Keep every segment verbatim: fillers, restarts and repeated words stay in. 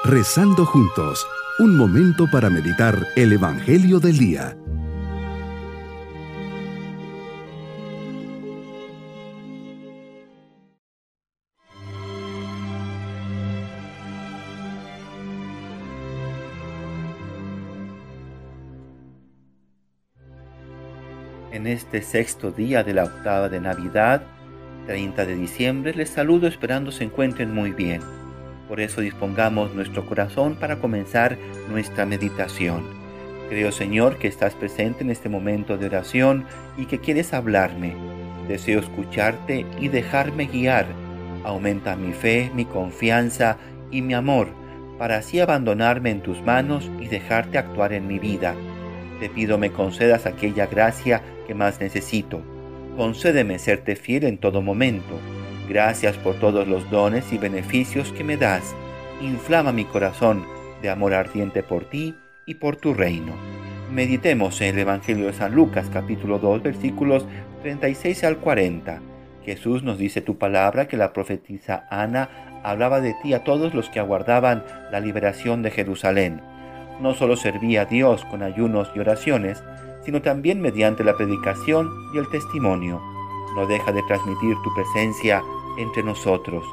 Rezando juntos, un momento para meditar el Evangelio del día. En este sexto día de la octava de Navidad, treinta de diciembre, les saludo esperando se encuentren muy bien. Por eso dispongamos nuestro corazón para comenzar nuestra meditación. Creo, Señor, que estás presente en este momento de oración y que quieres hablarme. Deseo escucharte y dejarme guiar. Aumenta mi fe, mi confianza y mi amor, para así abandonarme en tus manos y dejarte actuar en mi vida. Te pido me concedas aquella gracia que más necesito. Concédeme serte fiel en todo momento. Gracias por todos los dones y beneficios que me das. Inflama mi corazón de amor ardiente por ti y por tu reino. Meditemos en el Evangelio de San Lucas, capítulo dos, versículos treinta y seis al cuarenta. Jesús nos dice tu palabra que la profetisa Ana hablaba de ti a todos los que aguardaban la liberación de Jerusalén. No solo servía a Dios con ayunos y oraciones, sino también mediante la predicación y el testimonio. No deja de transmitir tu presencia entre nosotros.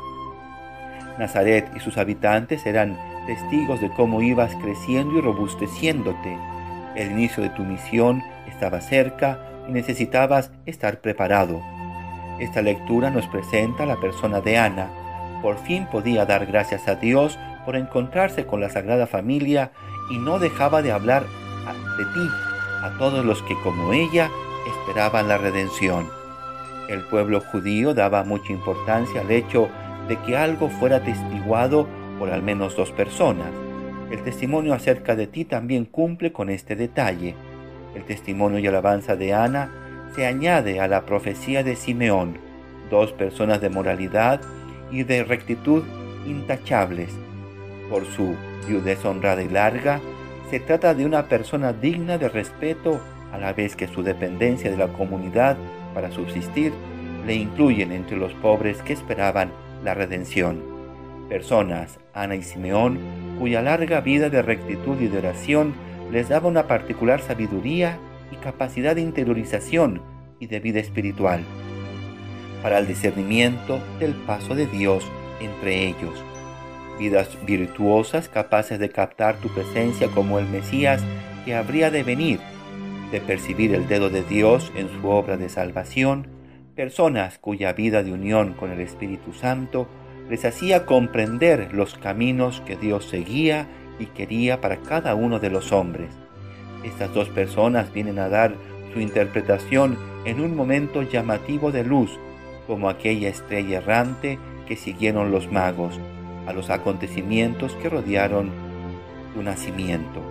Nazaret y sus habitantes eran testigos de cómo ibas creciendo y robusteciéndote. El inicio de tu misión estaba cerca y necesitabas estar preparado. Esta lectura nos presenta la persona de Ana. Por fin podía dar gracias a Dios por encontrarse con la Sagrada Familia y no dejaba de hablar de ti a todos los que, como ella, esperaban la redención. El pueblo judío daba mucha importancia al hecho de que algo fuera atestiguado por al menos dos personas. El testimonio acerca de ti también cumple con este detalle. El testimonio y alabanza de Ana se añade a la profecía de Simeón, dos personas de moralidad y de rectitud intachables. Por su viudez honrada y larga, se trata de una persona digna de respeto, a la vez que su dependencia de la comunidad para subsistir le incluyen entre los pobres que esperaban la redención. Personas, Ana y Simeón, cuya larga vida de rectitud y de oración les daba una particular sabiduría y capacidad de interiorización y de vida espiritual, para el discernimiento del paso de Dios entre ellos. Vidas virtuosas capaces de captar tu presencia como el Mesías que habría de venir, de percibir el dedo de Dios en su obra de salvación, personas cuya vida de unión con el Espíritu Santo les hacía comprender los caminos que Dios seguía y quería para cada uno de los hombres. Estas dos personas vienen a dar su interpretación en un momento llamativo de luz, como aquella estrella errante que siguieron los magos a los acontecimientos que rodearon tu nacimiento.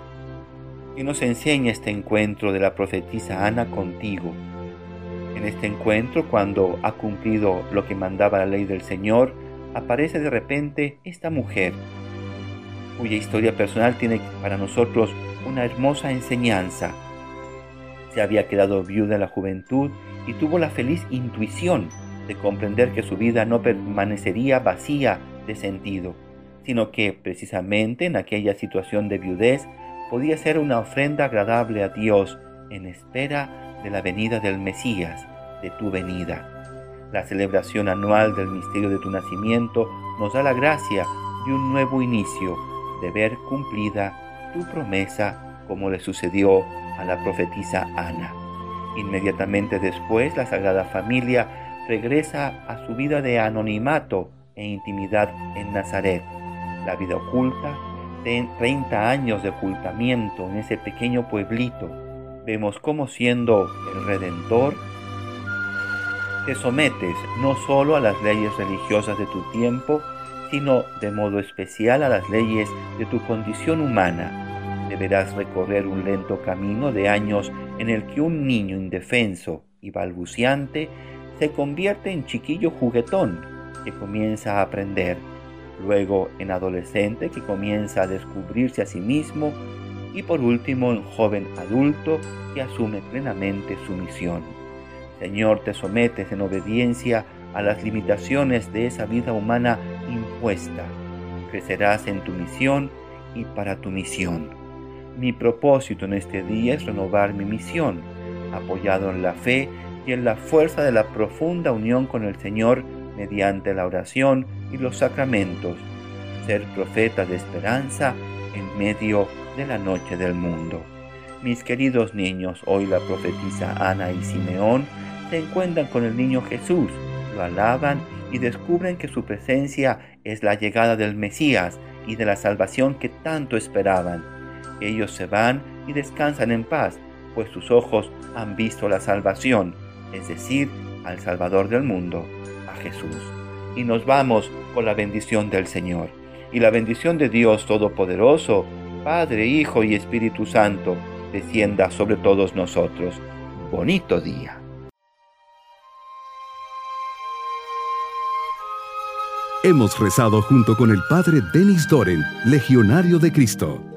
Y nos enseña este encuentro de la profetisa Ana contigo. En este encuentro, cuando ha cumplido lo que mandaba la ley del Señor, aparece de repente esta mujer, cuya historia personal tiene para nosotros una hermosa enseñanza. Se había quedado viuda en la juventud y tuvo la feliz intuición de comprender que su vida no permanecería vacía de sentido, sino que precisamente en aquella situación de viudez podía ser una ofrenda agradable a Dios en espera de la venida del Mesías, de tu venida. La celebración anual del misterio de tu nacimiento nos da la gracia de un nuevo inicio, de ver cumplida tu promesa como le sucedió a la profetisa Ana. Inmediatamente después, la Sagrada Familia regresa a su vida de anonimato e intimidad en Nazaret. La vida oculta, de treinta años de ocultamiento en ese pequeño pueblito. Vemos cómo, siendo el Redentor, te sometes no solo a las leyes religiosas de tu tiempo, sino de modo especial a las leyes de tu condición humana. Deberás recorrer un lento camino de años en el que un niño indefenso y balbuciante se convierte en chiquillo juguetón que comienza a aprender, luego en adolescente que comienza a descubrirse a sí mismo y por último en joven adulto que asume plenamente su misión. Señor, te sometes en obediencia a las limitaciones de esa vida humana impuesta. crecerás en tu misión y para tu misión. Mi propósito en este día es renovar mi misión, apoyado en la fe y en la fuerza de la profunda unión con el Señor mediante la oración y los sacramentos, ser profeta de esperanza en medio de la noche del mundo. Mis queridos niños, hoy la profetisa Ana y Simeón se encuentran con el niño Jesús, lo alaban y descubren que su presencia es la llegada del Mesías y de la salvación que tanto esperaban. Ellos se van y descansan en paz, pues sus ojos han visto la salvación, es decir, al Salvador del mundo, a Jesús. Y nos vamos con la bendición del Señor. Y la bendición de Dios Todopoderoso, Padre, Hijo y Espíritu Santo, descienda sobre todos nosotros. Bonito día. Hemos rezado junto con el Padre Denis Doren, Legionario de Cristo.